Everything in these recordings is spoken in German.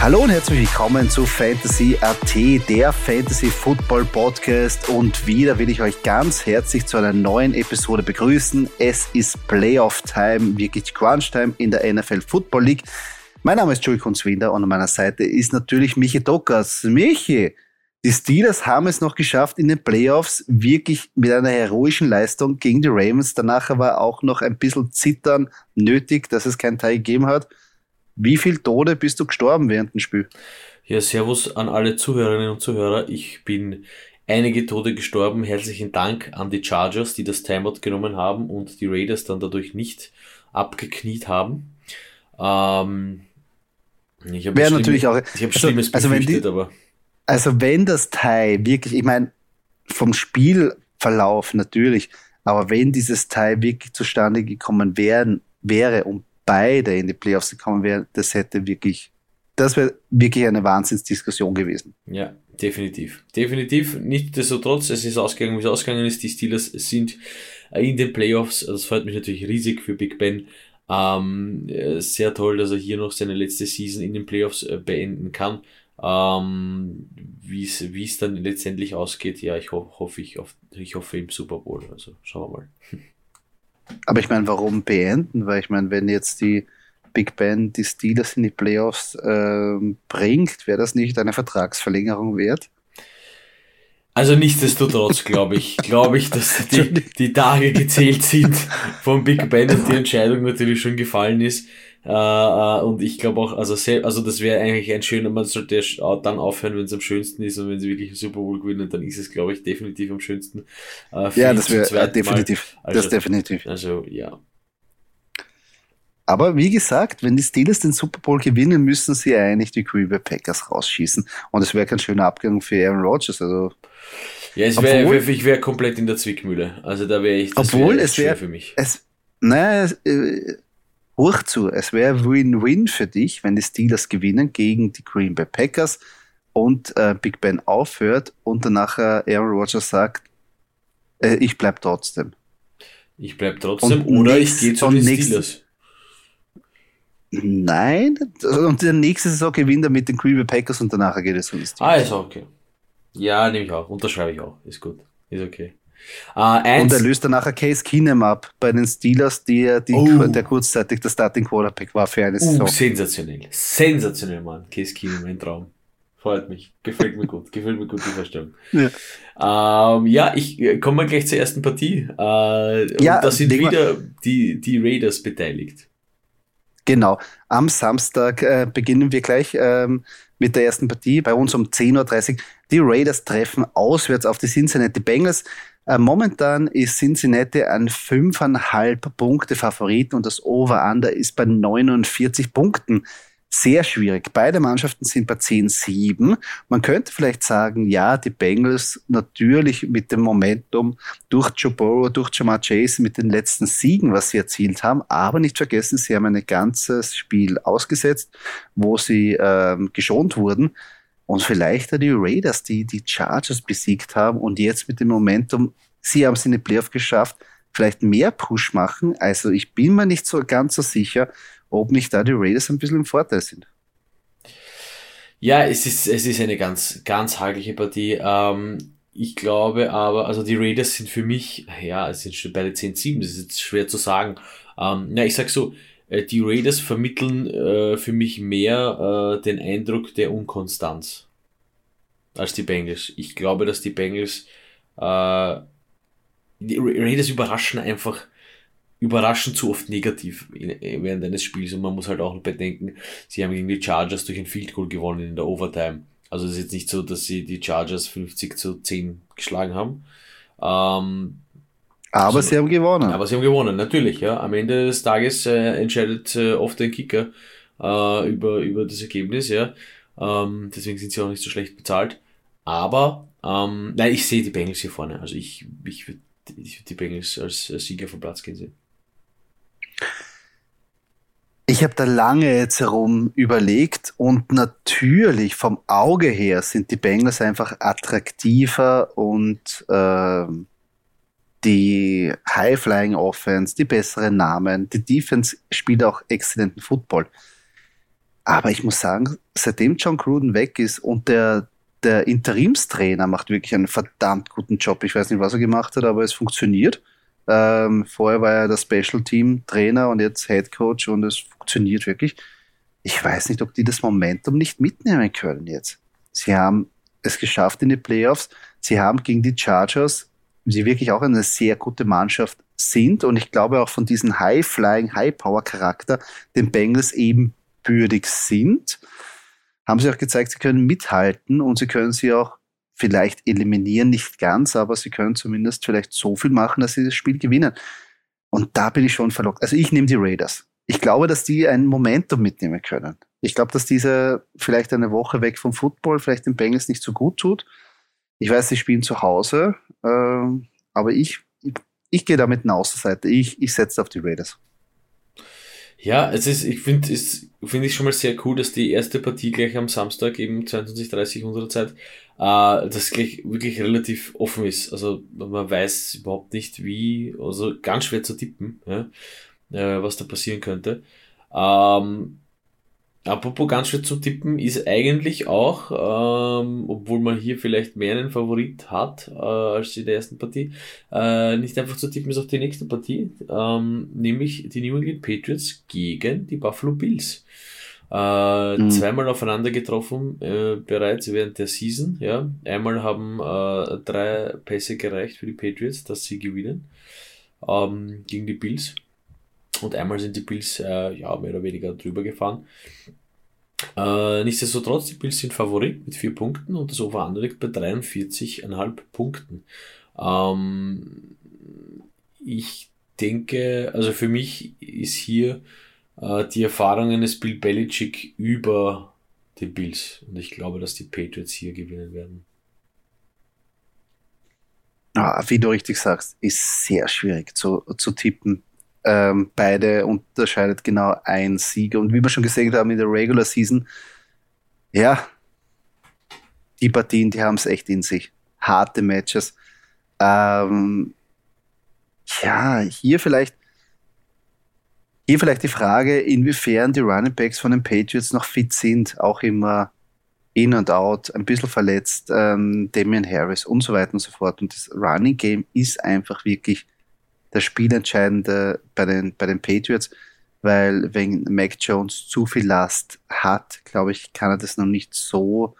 Hallo und herzlich willkommen zu Fantasy AT, der Fantasy Football Podcast, und wieder will ich euch ganz herzlich zu einer neuen Episode begrüßen. Es ist Playoff Time, wirklich Crunch Time in der NFL Football League. Mein Name ist Joey Kunzwinder und an meiner Seite ist natürlich Michi Dockers. Michi, die Steelers haben es noch geschafft in den Playoffs, wirklich mit einer heroischen Leistung gegen die Ravens. Danach war auch noch ein bisschen Zittern nötig, dass es keinen Teil gegeben hat. Wie viele Tode bist du gestorben während dem Spiel? Ja, servus an alle Zuhörerinnen und Zuhörer. Ich bin einige Tode gestorben. Herzlichen Dank an die Chargers, die das Timeout genommen haben und die Raiders dann dadurch nicht abgekniet haben. Ich habe natürlich auch. Schlimmes befürchtet, aber... Also wenn das Tie wirklich, ich meine, vom Spielverlauf natürlich, aber wenn dieses Tie wirklich zustande gekommen wäre und beide in die Playoffs gekommen wären, das wäre wirklich eine Wahnsinnsdiskussion gewesen. Ja, definitiv. Definitiv. Nichtsdestotrotz, es ist ausgegangen, wie es ausgegangen ist. Die Steelers sind in den Playoffs. Das freut mich natürlich riesig für Big Ben. Sehr toll, dass er hier noch seine letzte Season in den Playoffs beenden kann. Wie es dann letztendlich ausgeht, ja, ich hoffe im Super Bowl. Also schauen wir mal. Aber ich meine, warum beenden? Weil ich meine, wenn jetzt die Big Ben die Steelers in die Playoffs bringt, wäre das nicht eine Vertragsverlängerung wert? Also nichtsdestotrotz glaube ich, dass die Tage gezählt sind von Big Ben und die Entscheidung natürlich schon gefallen ist. Und ich glaube auch, also das wäre eigentlich ein schöner, man sollte dann aufhören, wenn es am schönsten ist, und wenn sie wirklich einen Super Bowl gewinnen, dann ist es, glaube ich, definitiv am schönsten. Ja, das wäre definitiv. Definitiv. Also, ja. Aber wie gesagt, wenn die Steelers den Super Bowl gewinnen, müssen sie eigentlich die Green Bay Packers rausschießen. Und es wäre kein schöner Abgang für Aaron Rodgers. Also, ja, ich wäre komplett in der Zwickmühle. Also da wäre ich, das wäre schwer für mich. Hoch zu, es wäre Win-Win für dich, wenn die Steelers gewinnen gegen die Green Bay Packers und Big Ben aufhört und danach Aaron Rodgers sagt, ich bleib trotzdem. Ich bleib trotzdem oder ich gehe zu den Steelers. Nein, und der nächste Saison gewinnt er mit den Green Bay Packers und danach geht es zu den Steelers. Ist okay. Ja, nehme ich auch, unterschreibe ich auch, ist gut, ist okay. Und er löst danach Case Keenum ab bei den Steelers, der kurzzeitig der Starting Quarterback war für eine Saison. Sensationell, Mann. Case Keenum, ein Traum. Freut mich. Gefällt mir gut die Vorstellung. Ja, ich komme mal gleich zur ersten Partie. Da sind wieder die Raiders beteiligt. Genau. Am Samstag beginnen wir gleich mit der ersten Partie. Bei uns um 10:30 Uhr. Die Raiders treffen auswärts auf die Cincinnati Bengals. Momentan ist Cincinnati ein 5,5 Punkte Favorit und das Over-Under ist bei 49 Punkten. Sehr schwierig. Beide Mannschaften sind bei 10-7. Man könnte vielleicht sagen, ja, die Bengals natürlich mit dem Momentum durch Joe Burrow, durch Ja'Marr Chase mit den letzten Siegen, was sie erzielt haben. Aber nicht vergessen, sie haben ein ganzes Spiel ausgesetzt, wo sie geschont wurden. Und vielleicht die Raiders, die Chargers besiegt haben und jetzt mit dem Momentum, sie haben es in die Playoff geschafft, vielleicht mehr Push machen. Also ich bin mir nicht so ganz so sicher, ob nicht da die Raiders ein bisschen im Vorteil sind. Ja, es ist eine ganz, ganz hagelige Partie. Ich glaube aber, also die Raiders sind für mich, ja, es sind schon beide 10-7, das ist jetzt schwer zu sagen. Ich sag so, die Raiders vermitteln für mich mehr den Eindruck der Unkonstanz als die Bengals. Ich glaube, dass die Bengals, die Raiders überraschen zu oft negativ während eines Spiels, und man muss halt auch bedenken, sie haben gegen die Chargers durch ein Field Goal gewonnen in der Overtime. Also es ist jetzt nicht so, dass sie die Chargers 50-10 geschlagen haben. Aber sie haben gewonnen. Aber sie haben gewonnen, natürlich. Ja. Am Ende des Tages entscheidet oft ein Kicker über das Ergebnis. Ja. Deswegen sind sie auch nicht so schlecht bezahlt. Aber ich sehe die Bengals hier vorne. Also ich würde die Bengals als Sieger vom Platz gehen sehen. Ich habe da lange jetzt herum überlegt und natürlich vom Auge her sind die Bengals einfach attraktiver und die High-Flying Offense, die besseren Namen, die Defense spielt auch exzellenten Football. Aber ich muss sagen, seitdem John Gruden weg ist und der Interimstrainer macht wirklich einen verdammt guten Job. Ich weiß nicht, was er gemacht hat, aber es funktioniert. Vorher war er der Special Team Trainer und jetzt Head Coach und es funktioniert wirklich. Ich weiß nicht, ob die das Momentum nicht mitnehmen können jetzt. Sie haben es geschafft in die Playoffs. Sie haben gegen die Chargers, die wirklich auch eine sehr gute Mannschaft sind und ich glaube auch von diesem High-Flying, High-Power-Charakter den Bengals ebenbürtig sind, haben sie auch gezeigt, sie können mithalten und sie können sie auch vielleicht eliminieren, nicht ganz, aber sie können zumindest vielleicht so viel machen, dass sie das Spiel gewinnen. Und da bin ich schon verlockt. Also ich nehme die Raiders. Ich glaube, dass die ein Momentum mitnehmen können. Ich glaube, dass diese vielleicht eine Woche weg vom Football vielleicht den Bengals nicht so gut tut. Ich weiß, sie spielen zu Hause, aber ich gehe da mit einer Außenseite. Ich setze auf die Raiders. Ja, finde ich schon mal sehr cool, dass die erste Partie gleich am Samstag eben 22:30 unserer Zeit, das gleich wirklich relativ offen ist. Also man weiß überhaupt nicht wie, also ganz schwer zu tippen, ja, was da passieren könnte. Ähm, Apropos ganz schwer zu tippen, ist eigentlich auch, obwohl man hier vielleicht mehr einen Favorit hat als in der ersten Partie, nicht einfach zu tippen ist auch die nächste Partie, nämlich die New England Patriots gegen die Buffalo Bills. Zweimal aufeinander getroffen bereits während der Season. Ja, einmal haben 3 Pässe gereicht für die Patriots, dass sie gewinnen gegen die Bills. Und einmal sind die Bills mehr oder weniger drüber gefahren. Nichtsdestotrotz, die Bills sind Favorit mit 4 Punkten und das Over-Under liegt bei 43,5 Punkten. Ich denke, also für mich ist hier die Erfahrung eines Bill Belichick über die Bills. Und ich glaube, dass die Patriots hier gewinnen werden. Wie du richtig sagst, ist sehr schwierig zu tippen. Beide unterscheidet genau ein Sieg. Und wie wir schon gesehen haben in der Regular Season, ja, die Partien, die haben es echt in sich. Harte Matches. Hier vielleicht die Frage, inwiefern die Running Backs von den Patriots noch fit sind. Auch immer in und out, ein bisschen verletzt, Damian Harris und so weiter und so fort. Und das Running Game ist einfach wirklich das Spielentscheidende bei den Patriots, weil wenn Mac Jones zu viel Last hat, glaube ich, kann er das noch nicht so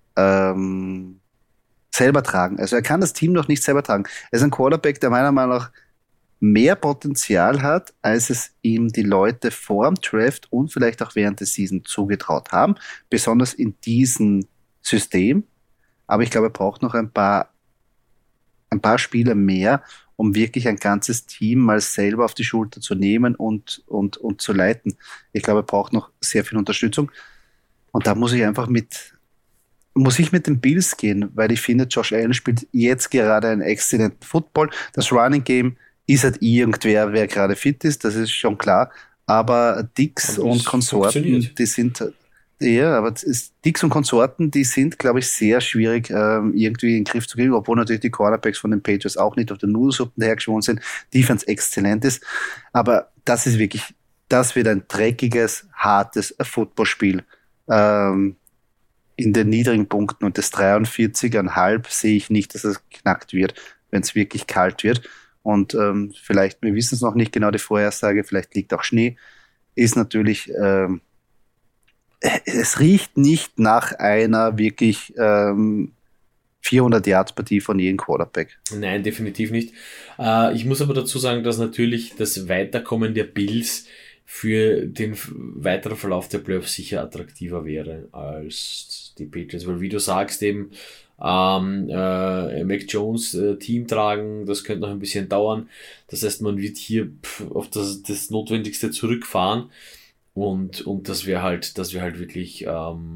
selber tragen. Also er kann das Team noch nicht selber tragen. Er ist ein Quarterback, der meiner Meinung nach mehr Potenzial hat, als es ihm die Leute vor dem Draft und vielleicht auch während der Season zugetraut haben, besonders in diesem System. Aber ich glaube, er braucht noch ein paar Spieler mehr, um wirklich ein ganzes Team mal selber auf die Schulter zu nehmen und zu leiten. Ich glaube, er braucht noch sehr viel Unterstützung. Und da muss ich mit den Bills gehen, weil ich finde, Josh Allen spielt jetzt gerade einen exzellenten Football. Das Running Game ist halt irgendwer, wer gerade fit ist, das ist schon klar. Aber Dix und Konsorten, die sind Dix und Konsorten, die sind, glaube ich, sehr schwierig irgendwie in den Griff zu kriegen, obwohl natürlich die Cornerbacks von den Patriots auch nicht auf der Nudelsuppe hergeschwommen sind. Defense exzellent ist. Aber das wird ein dreckiges, hartes Footballspiel. In den niedrigen Punkten und das 43,5 sehe ich nicht, dass es knackt wird, wenn es wirklich kalt wird. Und vielleicht, wir wissen es noch nicht genau, die Vorhersage, vielleicht liegt auch Schnee, ist natürlich es riecht nicht nach einer wirklich 400-Yards-Partie von jedem Quarterback. Nein, definitiv nicht. Ich muss aber dazu sagen, dass natürlich das Weiterkommen der Bills für den weiteren Verlauf der Playoffs sicher attraktiver wäre als die Patriots, weil wie du sagst eben, Mac Jones Team tragen, das könnte noch ein bisschen dauern. Das heißt, man wird hier auf das Notwendigste zurückfahren. Und das wäre halt wirklich,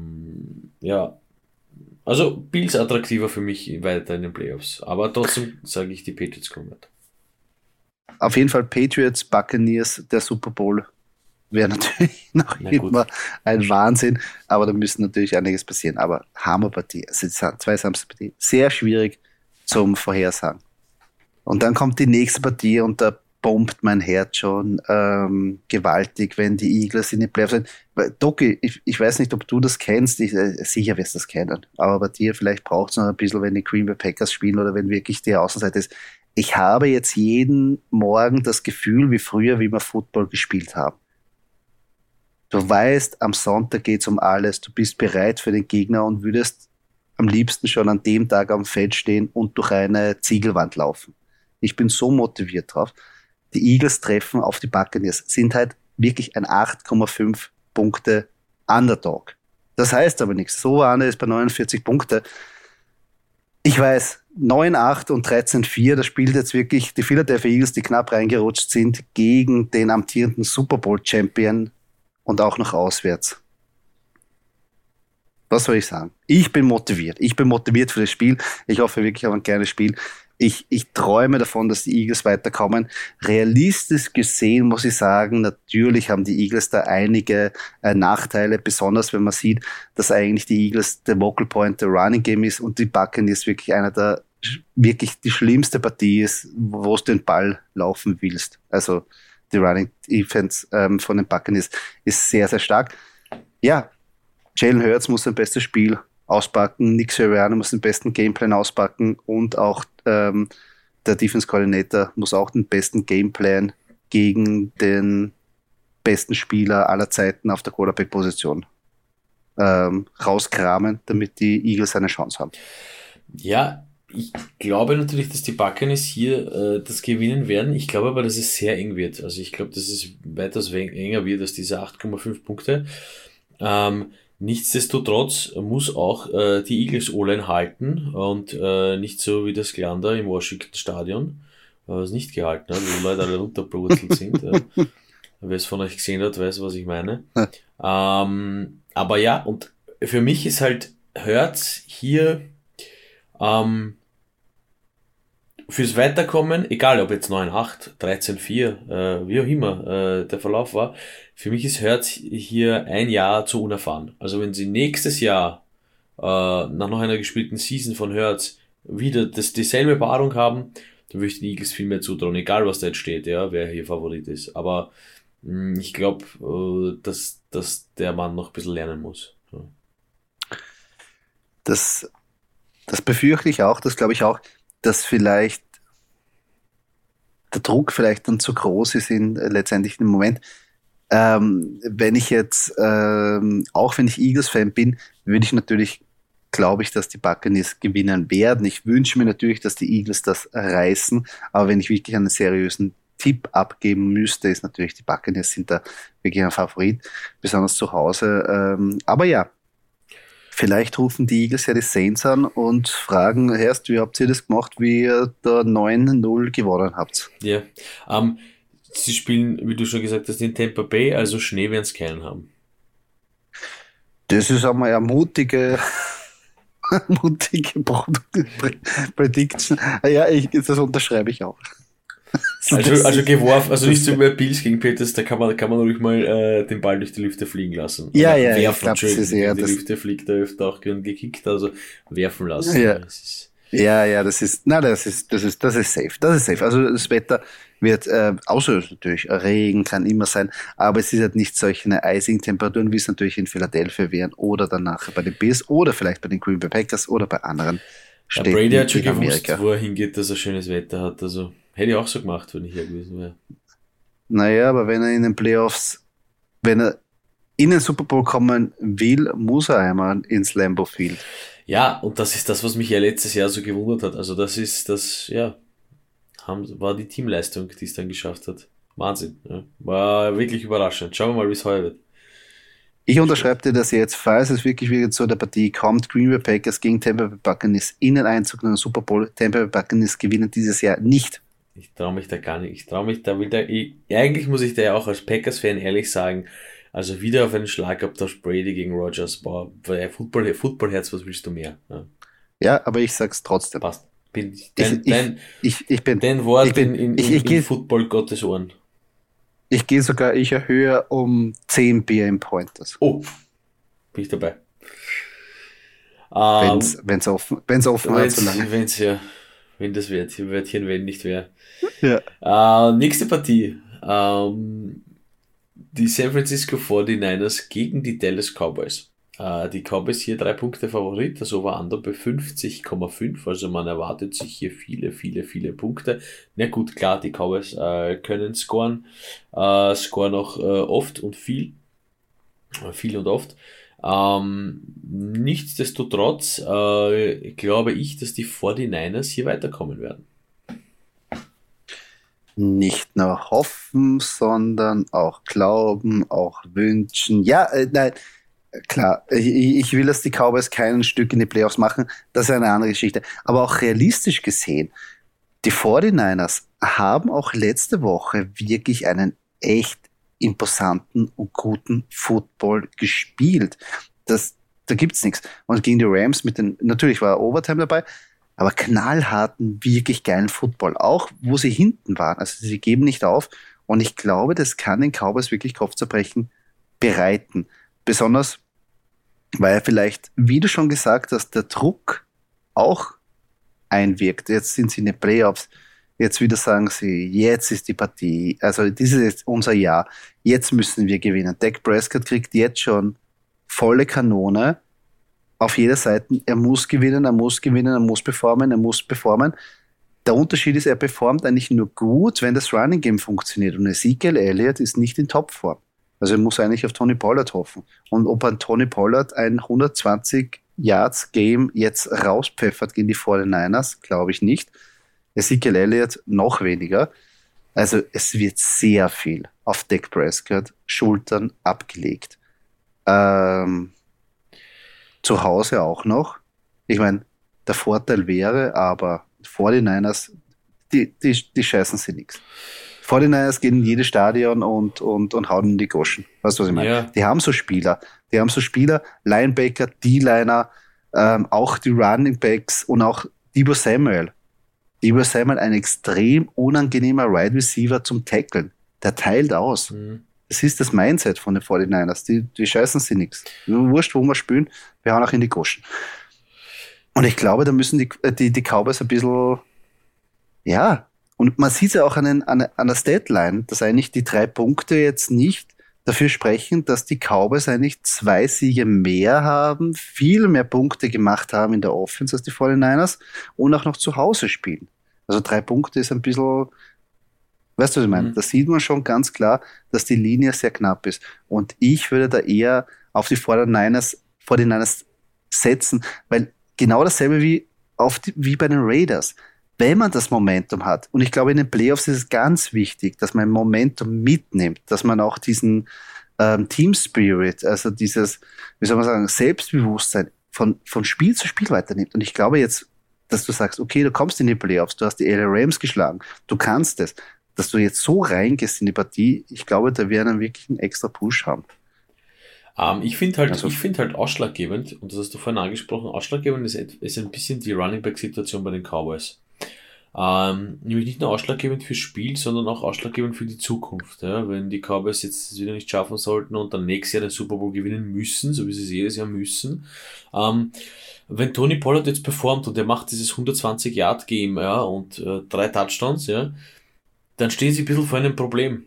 also Bills attraktiver für mich weiter in den Playoffs. Aber trotzdem sage ich, die Patriots kommen weiter. Auf jeden Fall Patriots, Buccaneers, der Super Bowl wäre natürlich noch immer ein Wahnsinn, aber da müssen natürlich einiges passieren. Aber Hammerpartie, also 2 Samstagpartie, sehr schwierig zum Vorhersagen. Und dann kommt die nächste Partie und da pumpt mein Herz schon gewaltig, wenn die Eagles in die Playoffs sind. Doki, ich weiß nicht, ob du das kennst, sicher wirst du das kennen, aber bei dir vielleicht braucht es noch ein bisschen, wenn die Green Bay Packers spielen oder wenn wirklich die Außenseite ist. Ich habe jetzt jeden Morgen das Gefühl, wie früher, wie wir Football gespielt haben. Du weißt, am Sonntag geht's um alles, du bist bereit für den Gegner und würdest am liebsten schon an dem Tag am Feld stehen und durch eine Ziegelwand laufen. Ich bin so motiviert drauf. Die Eagles treffen auf die Buccaneers, sind halt wirklich ein 8,5 Punkte Underdog. Das heißt aber nichts. So war es bei 49 Punkte. Ich weiß, 9-8 und 13-4, das spielt jetzt wirklich die Philadelphia Eagles, die knapp reingerutscht sind, gegen den amtierenden Super Bowl Champion und auch noch auswärts. Was soll ich sagen? Ich bin motiviert. Ich bin motiviert für das Spiel. Ich hoffe wirklich auf ein kleines Spiel. Ich träume davon, dass die Eagles weiterkommen. Realistisch gesehen muss ich sagen, natürlich haben die Eagles da einige Nachteile, besonders wenn man sieht, dass eigentlich die Eagles der Vocal Point der Running Game ist und die Buccaneers wirklich einer der wirklich die schlimmste Partie ist, wo du den Ball laufen willst. Also die Running Defense von den Buccaneers ist sehr, sehr stark. Ja, Jalen Hurts muss sein bestes Spiel auspacken, Nick Sirianni muss den besten Gameplan auspacken und auch der Defense Coordinator muss auch den besten Gameplan gegen den besten Spieler aller Zeiten auf der Quarterback-Position rauskramen, damit die Eagles eine Chance haben. Ja, ich glaube natürlich, dass die Buccaneers hier das gewinnen werden. Ich glaube aber, dass es sehr eng wird. Also ich glaube, dass es weitaus enger wird als diese 8,5 Punkte. Nichtsdestotrotz muss auch die Eagles O-Line halten und nicht so wie das Glander im Washington Stadion, was nicht gehalten hat, wo Leute alle runterbrutzelt sind. Wer es von euch gesehen hat, weiß, was ich meine. Aber ja, und für mich ist halt Hurts hier fürs Weiterkommen, egal ob jetzt 9-8, 13-4, wie auch immer der Verlauf war, für mich ist Hurts hier ein Jahr zu unerfahren. Also wenn sie nächstes Jahr nach noch einer gespielten Season von Hurts wieder dieselbe Paarung haben, dann würde ich den Eagles viel mehr zutrauen, egal was da jetzt steht, ja, wer hier Favorit ist. Aber ich glaube, dass der Mann noch ein bisschen lernen muss. Ja. Das befürchte ich auch, das glaube ich auch, dass vielleicht der Druck vielleicht dann zu groß ist letztendlich im Moment. Wenn ich jetzt, auch wenn ich Eagles-Fan bin, würde ich natürlich, glaube ich, dass die Buccaneers gewinnen werden. Ich wünsche mir natürlich, dass die Eagles das reißen, aber wenn ich wirklich einen seriösen Tipp abgeben müsste, ist natürlich, die Buccaneers sind da wirklich ein Favorit, besonders zu Hause. Aber ja, vielleicht rufen die Eagles ja die Saints an und fragen, Herrst, wie habt ihr das gemacht, wie ihr da 9-0 gewonnen habt? Ja, sie spielen, wie du schon gesagt hast, in Tampa Bay, also Schnee werden sie keinen haben. Das ist einmal eine mutige Prediction. Ja, das unterschreibe ich auch. Also geworfen, also nicht so wie bei Bills gegen Peters, da kann man ruhig mal den Ball durch die Lüfte fliegen lassen. Ja, also ja, werfen, ich glaube, das ist eher die Lüfte fliegt da öfter auch gern gekickt, also werfen lassen. Ja. Das ist safe. Das ist safe. Also das Wetter wird, außer natürlich Regen kann immer sein, aber es ist halt nicht solche eisigen Temperaturen, wie es natürlich in Philadelphia wären oder danach bei den Bills oder vielleicht bei den Green Bay Packers oder bei anderen Städten Brady hat schon in Amerika. gewusst, wo er hingeht, dass er schönes Wetter hat, also hätte ich auch so gemacht, wenn ich hier gewesen wäre. Naja, aber wenn er in den Playoffs, wenn er in den Super Bowl kommen will, muss er einmal ins Lambeau Field. Ja, und das ist das, was mich ja letztes Jahr so gewundert hat. Also war die Teamleistung, die es dann geschafft hat. Wahnsinn. Ja. War wirklich überraschend. Schauen wir mal, wie es heuer wird. Ich unterschreibe dir das jetzt, falls es wirklich wieder zu der Partie kommt, Green Bay Packers gegen Tampa Bay Buccaneers in den Einzug in den Super Bowl. Tampa Bay Buccaneers gewinnen dieses Jahr nicht. Ich traue mich da gar nicht. Eigentlich muss ich da ja auch als Packers-Fan ehrlich sagen, also wieder auf einen Schlag ab durch Brady gegen Rodgers. Boah, Football-Herz, was willst du mehr? Ja, aber ich sag's trotzdem. Passt. In Football Gottes Ohren. Ich erhöhe um 10 BM-Pointers. Oh, bin ich dabei. Wenn's offen hat, so lange. Wenn's wenn das Wörtchen wenn nicht wäre. Ja. Nächste Partie. Die San Francisco 49ers gegen die Dallas Cowboys. Die Cowboys hier 3 Punkte Favorit, das Over-Under bei 50,5, also man erwartet sich hier viele, viele, viele Punkte. Na gut, klar, die Cowboys können scoren auch oft und viel und oft. Nichtsdestotrotz glaube ich, dass die 49ers hier weiterkommen werden. Nicht nur hoffen, sondern auch glauben, auch wünschen. Ja, nein, klar, ich will, dass die Cowboys kein Stück in die Playoffs machen. Das ist eine andere Geschichte. Aber auch realistisch gesehen, die 49ers haben auch letzte Woche wirklich einen echt imposanten und guten Football gespielt. Da gibt's nichts. Und gegen die Rams natürlich war Overtime dabei, aber knallharten, wirklich geilen Football. Auch wo sie hinten waren. Also sie geben nicht auf. Und ich glaube, das kann den Cowboys wirklich Kopfzerbrechen bereiten. Besonders, weil vielleicht, wie du schon gesagt hast, der Druck auch einwirkt. Jetzt sind sie in den Playoffs. Jetzt wieder sagen sie, jetzt ist die Partie. Also das ist jetzt unser Jahr. Jetzt müssen wir gewinnen. Dak Prescott kriegt jetzt schon volle Kanone auf jeder Seite. Er muss gewinnen, er muss gewinnen, er muss performen, er muss performen. Der Unterschied ist, er performt eigentlich nur gut, wenn das Running Game funktioniert. Und Ezekiel Elliott ist nicht in Topform. Also er muss eigentlich auf Tony Pollard hoffen. Und ob ein Tony Pollard ein 120 Yards Game jetzt rauspfeffert gegen die 49ers, glaube ich nicht. Ezekiel Elliott noch weniger. Also es wird sehr viel auf Dak Prescott Schultern abgelegt. Zu Hause auch noch. Ich meine, der Vorteil wäre, aber 49ers, die scheißen sie nichts. 49ers gehen in jedes Stadion und hauen in die Goschen. Weißt du, was ich meine? Ja. Die haben so Spieler, Linebacker, D-Liner, auch die Running Backs und auch Deebo Samuel. Deebo Samuel, ein extrem unangenehmer Wide Receiver zum Tackeln. Der teilt aus. Das ist das Mindset von den 49ers. Die scheißen sie nichts. Wurscht, wo wir spielen, wir hauen auch in die Goschen. Und ich glaube, da müssen die Cowboys ein bisschen, ja, und man sieht es ja auch an der Statline, dass eigentlich die 3 Punkte jetzt nicht dafür sprechen, dass die Cowboys eigentlich 2 Siege mehr haben, viel mehr Punkte gemacht haben in der Offense als die 49ers und auch noch zu Hause spielen. Also 3 Punkte ist ein bisschen, weißt du, was ich meine? Da sieht man schon ganz klar, dass die Linie sehr knapp ist. Und ich würde da eher auf die 49ers setzen, weil genau dasselbe wie bei den Raiders. Wenn man das Momentum hat, und ich glaube, in den Playoffs ist es ganz wichtig, dass man Momentum mitnimmt, dass man auch diesen Team Spirit, also dieses, wie soll man sagen, Selbstbewusstsein von Spiel zu Spiel weiternimmt. Und ich glaube jetzt, dass du sagst, okay, du kommst in die Playoffs, du hast die LA Rams geschlagen, du kannst es, dass du jetzt so reingehst in die Partie, ich glaube, da werden dann wirklich einen extra Push haben. Ich finde halt ausschlaggebend, und das hast du vorhin angesprochen, ausschlaggebend ist ein bisschen die Running Back Situation bei den Cowboys. Nämlich nicht nur ausschlaggebend fürs Spiel, sondern auch ausschlaggebend für die Zukunft. Ja? Wenn die Cowboys jetzt wieder nicht schaffen sollten und dann nächstes Jahr den Super Bowl gewinnen müssen, so wie sie es jedes Jahr müssen, wenn Tony Pollard jetzt performt und er macht dieses 120-Yard-Game, ja, und 3 Touchdowns, ja, dann stehen sie ein bisschen vor einem Problem.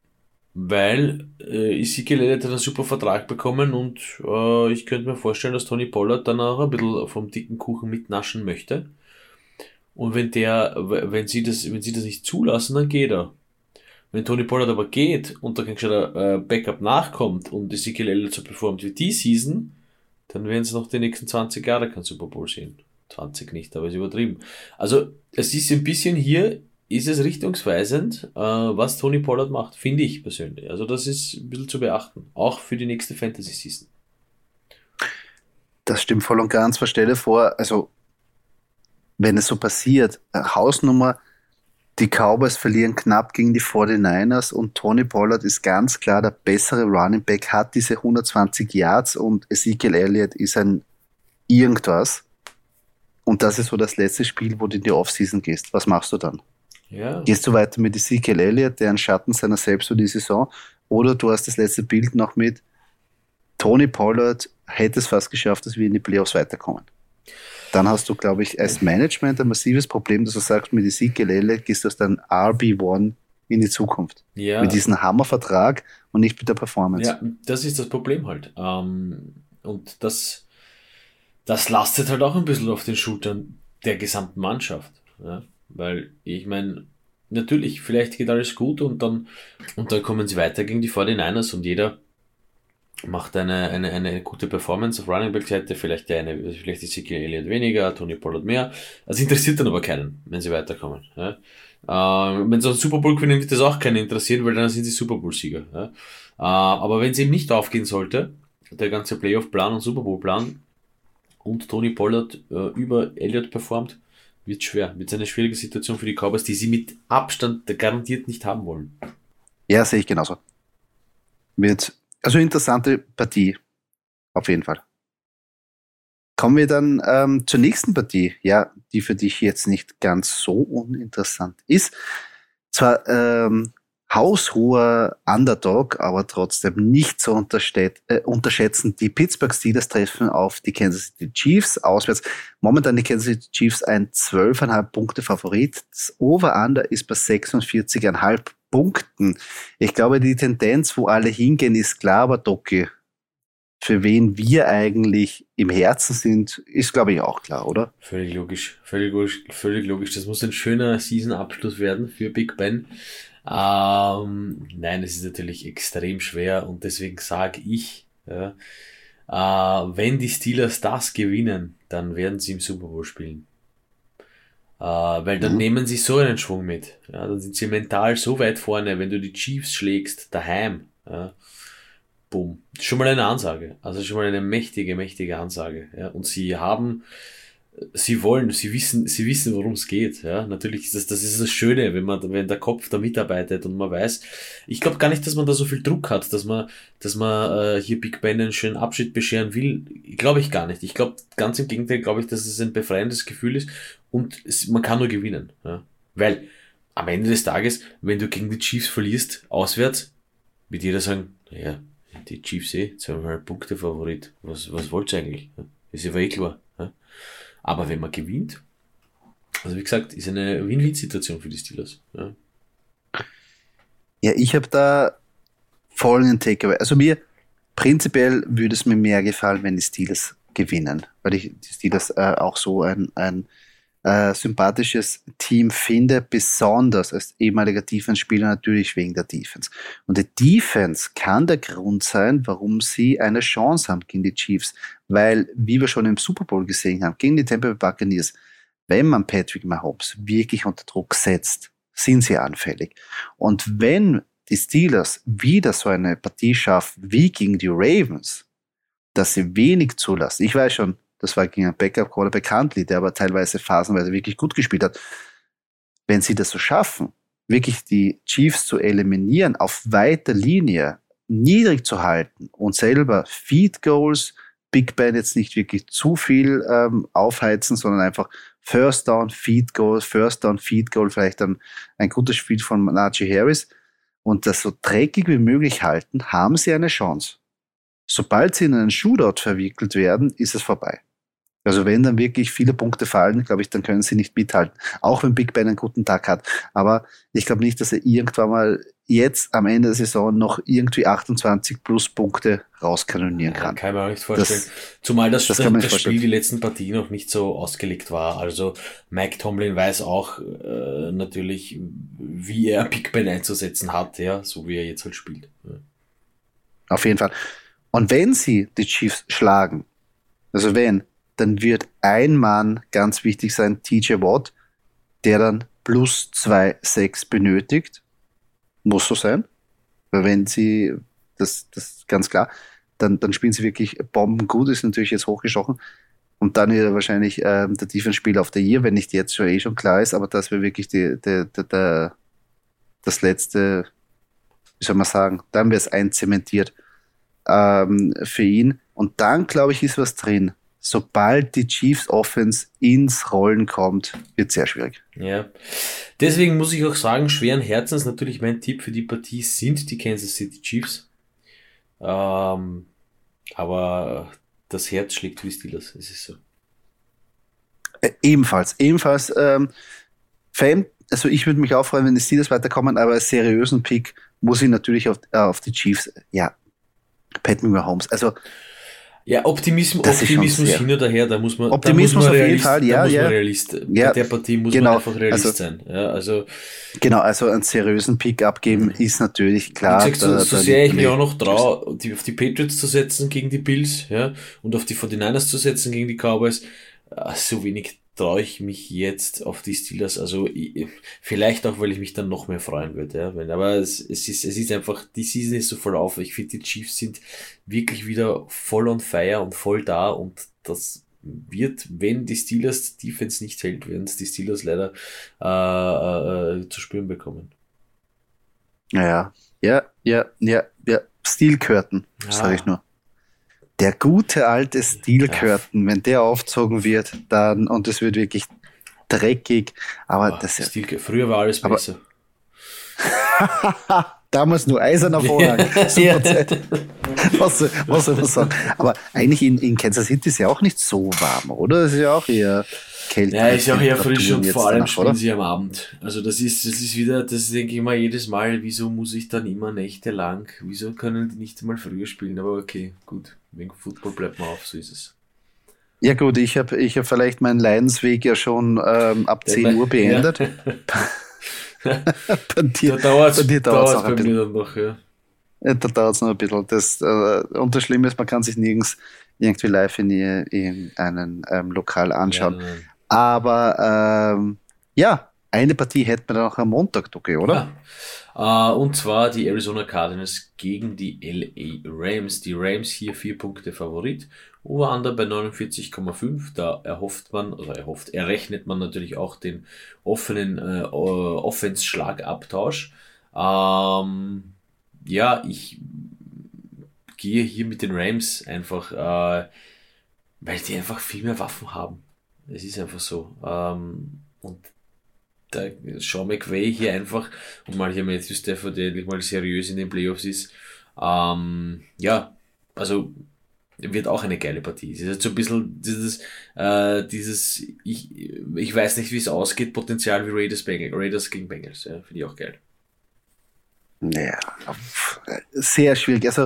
Weil Ezekiel Elliott hat einen super Vertrag bekommen und ich könnte mir vorstellen, dass Tony Pollard dann auch ein bisschen vom dicken Kuchen mitnaschen möchte. Und wenn sie das nicht zulassen, dann geht er. Wenn Tony Pollard aber geht und da kein gescheiter Backup nachkommt und Ezekiel Elliott so performt wie die Season, dann werden sie noch die nächsten 20 Jahre kein Super Bowl sehen. 20 nicht, aber ist übertrieben. Also es ist ein bisschen hier, ist es richtungsweisend, was Tony Pollard macht, finde ich persönlich. Also das ist ein bisschen zu beachten, auch für die nächste Fantasy-Season. Das stimmt voll und ganz. Stell dir vor, also wenn es so passiert, Hausnummer, die Cowboys verlieren knapp gegen die 49ers und Tony Pollard ist ganz klar der bessere Running Back, hat diese 120 Yards und Ezekiel Elliott ist ein irgendwas. Und das ist so das letzte Spiel, wo du in die Offseason gehst. Was machst du dann? Ja. Gehst du weiter mit Ezekiel Elliott, der ein Schatten seiner selbst für die Saison, oder du hast das letzte Bild noch mit Tony Pollard, hätte es fast geschafft, dass wir in die Playoffs weiterkommen. Dann hast du, glaube ich, als Management ein massives Problem, dass du sagst, mit Ezekiel Elliott gehst du als dein RB1 in die Zukunft. Mit Ja, diesem Hammervertrag und nicht mit der Performance. ja, das ist das Problem halt. Und das lastet halt auch ein bisschen auf den Schultern der gesamten Mannschaft. Ja? Weil ich meine, natürlich, vielleicht geht alles gut und dann kommen sie weiter gegen die 49ers und jeder macht eine gute Performance auf Running Back Seite, vielleicht ist Ezekiel Elliott weniger, Tony Pollard mehr. Das interessiert dann aber keinen, wenn sie weiterkommen. Ja? Wenn sie einen Super Bowl gewinnen, wird das auch keinen interessieren, weil dann sind sie Super Bowl Sieger. Ja? Aber wenn es eben nicht aufgehen sollte, der ganze Playoff-Plan und Super Bowl-Plan und Tony Pollard über Elliott performt, wird schwer. Wird eine schwierige Situation für die Cowboys, die sie mit Abstand garantiert nicht haben wollen. Ja, sehe ich genauso. Wird also interessante Partie, auf jeden Fall. Kommen wir dann zur nächsten Partie, ja, die für dich jetzt nicht ganz so uninteressant ist. Zwar haushoher Underdog, aber trotzdem nicht so unterschätzen. Die Pittsburgh Steelers treffen auf die Kansas City Chiefs auswärts. Momentan die Kansas City Chiefs ein 12,5 Punkte Favorit. Das Over-Under ist bei 46,5 Punkten. Ich glaube, die Tendenz, wo alle hingehen, ist klar, aber Doki, für wen wir eigentlich im Herzen sind, ist, glaube ich, auch klar, oder? Völlig logisch, völlig logisch, völlig logisch. Das muss ein schöner Season-Abschluss werden für Big Ben. Nein, es ist natürlich extrem schwer und deswegen sage ich, ja, wenn die Steelers das gewinnen, dann werden sie im Super Bowl spielen. Weil dann Mhm. nehmen sie so einen Schwung mit. Ja, dann sind sie mental so weit vorne, wenn du die Chiefs schlägst, daheim. Ja, boom. Schon mal eine Ansage. Also schon mal eine mächtige, mächtige Ansage. Ja, und sie wissen, worum es geht. Ja, natürlich das ist das Schöne, wenn der Kopf da mitarbeitet und man weiß. Ich glaube gar nicht, dass man da so viel Druck hat, dass man hier Big Ben einen schönen Abschied bescheren will. Glaube ich gar nicht. Ich glaube ganz im Gegenteil, glaube ich, dass es ein befreiendes Gefühl ist und man kann nur gewinnen. Ja. Weil am Ende des Tages, wenn du gegen die Chiefs verlierst, auswärts, wird jeder sagen, naja, die Chiefs 2,5 Punkte Favorit. Was wollt ihr eigentlich? Ja, ist ja eh klar. Ja. Aber wenn man gewinnt, also wie gesagt, ist eine Win-Win-Situation für die Steelers. Ja. Ja, ich habe da folgenden Takeaway. Also mir prinzipiell würde es mir mehr gefallen, wenn die Steelers gewinnen, weil ich die Steelers auch so ein sympathisches Team finde, besonders als ehemaliger Defense-Spieler natürlich wegen der Defense. Und die Defense kann der Grund sein, warum sie eine Chance haben gegen die Chiefs, weil, wie wir schon im Super Bowl gesehen haben, gegen die Tampa Bay Buccaneers, wenn man Patrick Mahomes wirklich unter Druck setzt, sind sie anfällig. Und wenn die Steelers wieder so eine Partie schaffen wie gegen die Ravens, dass sie wenig zulassen. Ich weiß schon, das war gegen einen Backup-Quarterback Huntley, der aber teilweise phasenweise wirklich gut gespielt hat. Wenn sie das so schaffen, wirklich die Chiefs zu eliminieren, auf weiter Linie niedrig zu halten und selber Feed Goals, Big Ben jetzt nicht wirklich zu viel aufheizen, sondern einfach First Down, Feed Goal, First Down, Feed Goal, vielleicht dann ein gutes Spiel von Najee Harris und das so dreckig wie möglich halten, haben sie eine Chance. Sobald sie in einen Shootout verwickelt werden, ist es vorbei. Also wenn dann wirklich viele Punkte fallen, glaube ich, dann können sie nicht mithalten. Auch wenn Big Ben einen guten Tag hat. Aber ich glaube nicht, dass er irgendwann mal jetzt am Ende der Saison noch irgendwie 28 plus Punkte rauskanonieren Ja, kann. kann man auch nicht vorstellen. Das, Zumal das kann man nicht das Spiel vorstellen. die letzten Partien noch nicht so ausgelegt war. Also Mike Tomlin weiß auch natürlich, wie er Big Ben einzusetzen hat, ja, so wie er jetzt halt spielt. Ja. Auf jeden Fall. Und wenn sie die Chiefs schlagen, also wenn, dann wird ein Mann ganz wichtig sein, TJ Watt, der dann plus 2,6 benötigt. Muss so sein. Weil wenn sie, das ist ganz klar, dann spielen sie wirklich bombengut, ist natürlich jetzt hochgestochen. Und dann wird er wahrscheinlich der Defense-Spieler of the Year, wenn nicht jetzt schon schon klar ist, aber das wäre wirklich das letzte, wie soll man sagen, dann wäre es einzementiert für ihn. Und dann, glaube ich, ist was drin. Sobald die Chiefs Offense ins Rollen kommt, wird sehr schwierig. Ja. Deswegen muss ich auch sagen, schweren Herzens natürlich mein Tipp für die Partie sind die Kansas City Chiefs. Aber das Herz schlägt für die Steelers, es ist so. Ebenfalls. Fan, also ich würde mich auch freuen, wenn die Steelers weiterkommen, aber als seriösen Pick muss ich natürlich auf die Chiefs, ja, Patrick Mahomes. Also Ja, das ist schon Optimismus sehr. hin oder her, Optimismus auf jeden Fall, Da ja, muss man ja. Realist, bei Ja, der Partie muss man genau. einfach Also Realist sein. Ja, also, genau, also einen seriösen Pick abgeben ist natürlich wie klar, gesagt, so da sehr liegt ich dann mich auch die noch Chiefs. traue, auf die Patriots zu setzen gegen die Bills, ja, und auf die 49ers zu setzen gegen die Cowboys, so wenig traue ich mich jetzt auf die Steelers. Also vielleicht auch, weil ich mich dann noch mehr freuen würde. Ja. Aber es ist einfach, die Season ist so voll auf. Ich finde, die Chiefs sind wirklich wieder voll on fire und voll da und das wird, wenn die Steelers Defense nicht hält, werden es die Steelers leider zu spüren bekommen. Ja, ja. Steel Curtain, sage ich Ja, nur. Der gute alte Steel ja, Curtain, wenn der aufzogen wird, dann, und es wird wirklich dreckig, aber Früher war alles aber besser. damals nur eiserner Vorhang, super Zeit. Was soll man sagen? Aber eigentlich in Kansas City ist ja auch nicht so warm, oder? Es ist ja auch eher Ja, kältere ist ja auch eher frisch Temperaturen und vor jetzt allem danach, spielen oder? sie am Abend. Also das ist wieder, das denke ich mal jedes Mal, wieso muss ich dann immer nächtelang, wieso können die nicht mal früher spielen? Aber okay, gut, wegen Football bleibt man auf, so ist es. Ja gut, ich hab vielleicht meinen Leidensweg ja schon ab 10 Uhr Ja, beendet. Bei dir, da bei dir dauert es dauert's auch ein bei mir bisschen. dann noch, ja. Da dauert es noch ein bisschen. Und das Schlimme ist, man kann sich nirgends irgendwie live in einem Lokal Nein, anschauen. nein, nein. Aber ja, eine Partie hätten wir dann auch am Montag, okay, oder? Ja. Und zwar die Arizona Cardinals gegen die LA Rams. Die Rams hier 4 Punkte Favorit. Over-Under bei 49,5. Da errechnet man natürlich auch den offenen Offense-Schlagabtausch. Ja, ich gehe hier mit den Rams einfach, weil die einfach viel mehr Waffen haben. Es ist einfach so. Und der Sean McVay hier einfach, und mal hier Matthew Stafford, der endlich mal seriös in den Playoffs ist, ja, also wird auch eine geile Partie. Es ist jetzt so ein bisschen ich weiß nicht, wie es ausgeht, Potenzial wie Raiders gegen Bengals, ja, finde ich auch geil. Ja, sehr schwierig. Also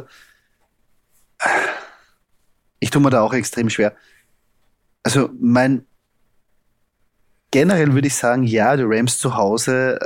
ich tue mir da auch extrem schwer. Also generell würde ich sagen, ja, die Rams zu Hause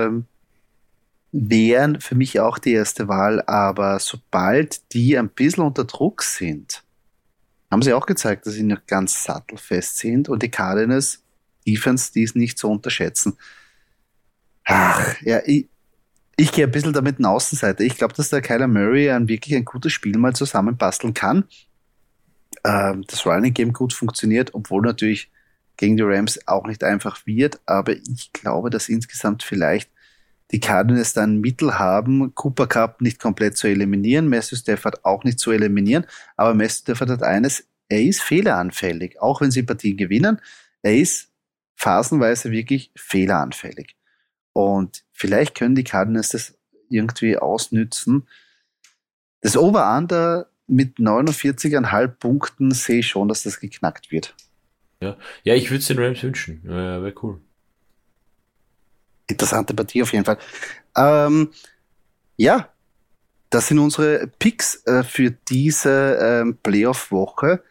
wären für mich auch die erste Wahl, aber sobald die ein bisschen unter Druck sind, haben sie auch gezeigt, dass sie noch ganz sattelfest sind und die Cardinals Defense, die ist nicht zu unterschätzen. Ach, ja, ich gehe ein bisschen damit in Außenseite. Ich glaube, dass der Kyler Murray wirklich ein gutes Spiel mal zusammenbasteln kann. Das Running Game gut funktioniert, obwohl natürlich gegen die Rams auch nicht einfach wird. Aber ich glaube, dass insgesamt vielleicht die Cardinals dann Mittel haben, Cooper Kupp nicht komplett zu eliminieren, Matthew Stafford auch nicht zu eliminieren. Aber Matthew Stafford hat eines, er ist fehleranfällig. Auch wenn sie Partien gewinnen, er ist phasenweise wirklich fehleranfällig. Und vielleicht können die Cardinals das irgendwie ausnützen. Das Over-Under mit 49,5 Punkten sehe ich schon, dass das geknackt wird. Ja, ja, ich würde es den Rams wünschen. Wäre cool. Interessante Partie auf jeden Fall. Ähm, ja, das sind unsere Picks für diese Playoff-Woche.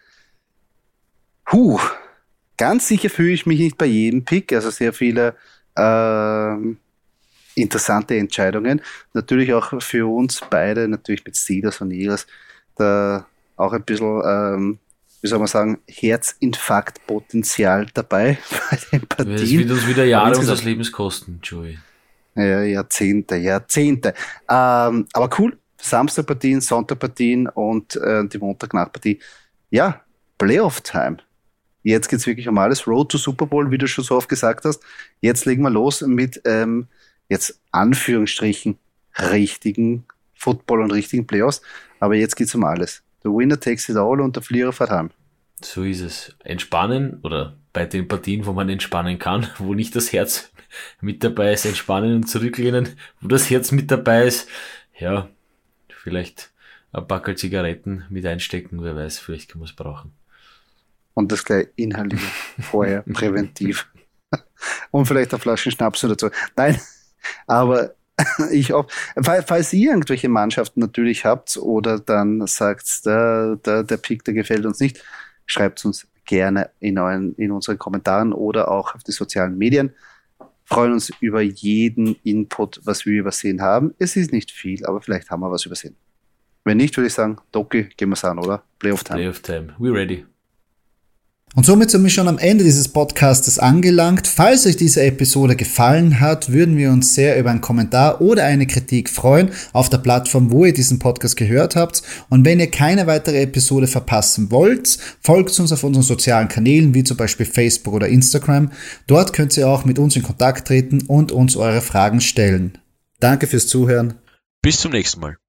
Ganz sicher fühle ich mich nicht bei jedem Pick, also sehr viele ähm, interessante Entscheidungen. Natürlich auch für uns beide, natürlich mit Steelers und Eagles, da auch ein bisschen, wie soll man sagen, Herzinfarktpotenzial dabei bei den Es wird Partien. uns wieder Aber Jahre unseres insgesamt, Lebens kosten, Joey. ja, Jahrzehnte. Aber cool, Samstagpartien, Sonntagpartien und die Montagnachtpartie. Ja, Playoff-Time. Jetzt geht's wirklich um alles. Road to Super Bowl, wie du schon so oft gesagt hast. Jetzt legen wir los mit jetzt Anführungsstrichen richtigen Football und richtigen Playoffs. Aber jetzt geht's um alles. The winner takes it all und der Verlierer fährt heim. So ist es. Entspannen oder bei den Partien, wo man entspannen kann, wo nicht das Herz mit dabei ist, entspannen und zurücklehnen, wo das Herz mit dabei ist, ja, vielleicht ein Packerl Zigaretten mit einstecken, wer weiß, vielleicht kann man es brauchen. und das gleich inhalieren. Vorher, präventiv. Und vielleicht eine Flasche Schnaps oder so. Nein, aber ich auch, falls ihr irgendwelche Mannschaften natürlich habt oder dann sagt, der Pick, der gefällt uns nicht, schreibt uns gerne in unseren Kommentaren oder auch auf die sozialen Medien. Freuen uns über jeden Input, was wir übersehen haben. Es ist nicht viel, aber vielleicht haben wir was übersehen. Wenn nicht, würde ich sagen, Doki, gehen wir es an, oder? Playoff Time. Playoff Time. We're ready. Und somit sind wir schon am Ende dieses Podcastes angelangt. Falls euch diese Episode gefallen hat, würden wir uns sehr über einen Kommentar oder eine Kritik freuen auf der Plattform, wo ihr diesen Podcast gehört habt. Und wenn ihr keine weitere Episode verpassen wollt, folgt uns auf unseren sozialen Kanälen, wie zum Beispiel Facebook oder Instagram. Dort könnt ihr auch mit uns in Kontakt treten und uns eure Fragen stellen. Danke fürs Zuhören. Bis zum nächsten Mal.